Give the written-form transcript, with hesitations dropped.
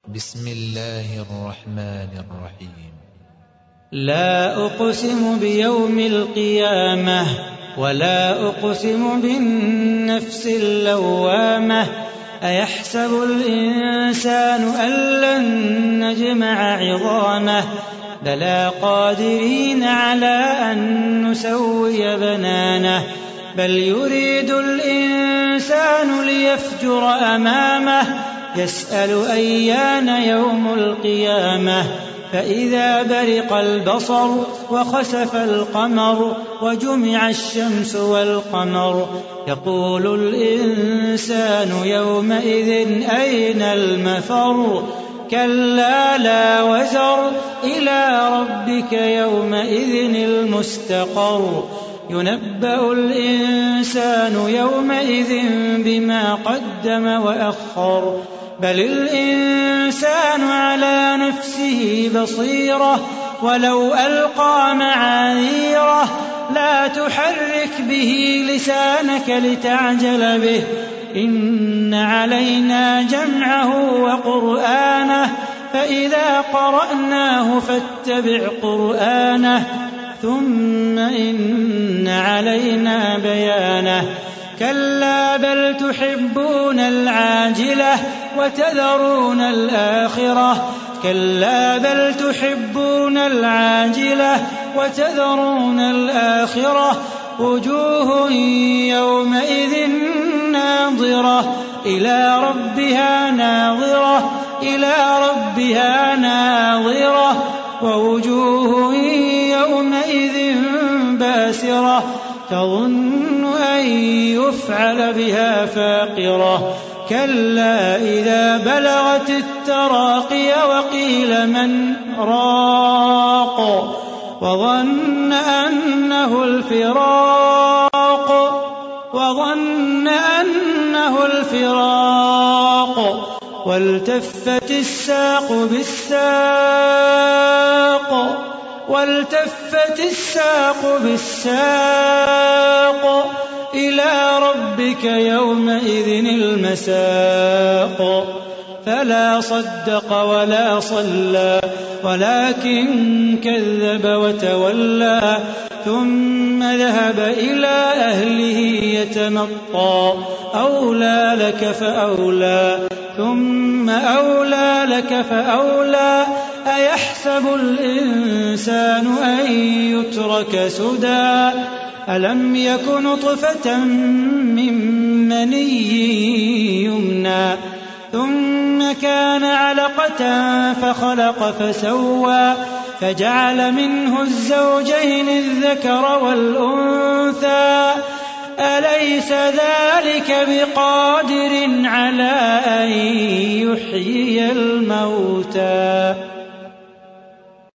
بسم الله الرحمن الرحيم. لا أقسم بيوم القيامة ولا أقسم بالنفس اللوامة أيحسب الإنسان أن لن نجمع عظامه بلى قادرين على أن نسوي بنانه بل يريد الإنسان ليفجر أمامه يسأل أيان يوم القيامة فإذا برق البصر وخسف القمر وجمع الشمس والقمر يقول الإنسان يومئذ أين المفر كلا لا وزر إلى ربك يومئذ المستقر ينبأ الإنسان يومئذ بما قدم وأخر بل الإنسان على نفسه بصيرة ولو ألقى معاذيره لا تحرك به لسانك لتعجل به إن علينا جمعه وقرآنه فإذا قرأناه فاتبع قرآنه ثم إن علينا بيانه كلا بل تحبون العاجلة وتذرون الآخرة كلا بل تحبون العاجلة وتذرون الآخرة وجوه يومئذ ناظرة إلى ربها ناظرة إلى ربها ناظرة ووجوه يومئذ باسرة تظن أن يفعل بها فاقرة كلا إذا بلغت التراقي وقيل من راق وظن أنه الفراق والتفت الساق بالساق إلى ربك يومئذ المساق فلا صدق ولا صلى ولكن كذب وتولى ثم ذهب إلى أهله يتمطى أولى لك فأولى ثم أولى لك فأولى أيحسب الإنسان أن يترك سدى ألم يك نطفة من مني يمنى ثم كان علقة فخلق فسوى فجعل منه الزوجين الذكر والأنثى أليس ذلك بقادر على أن يحيي الموتى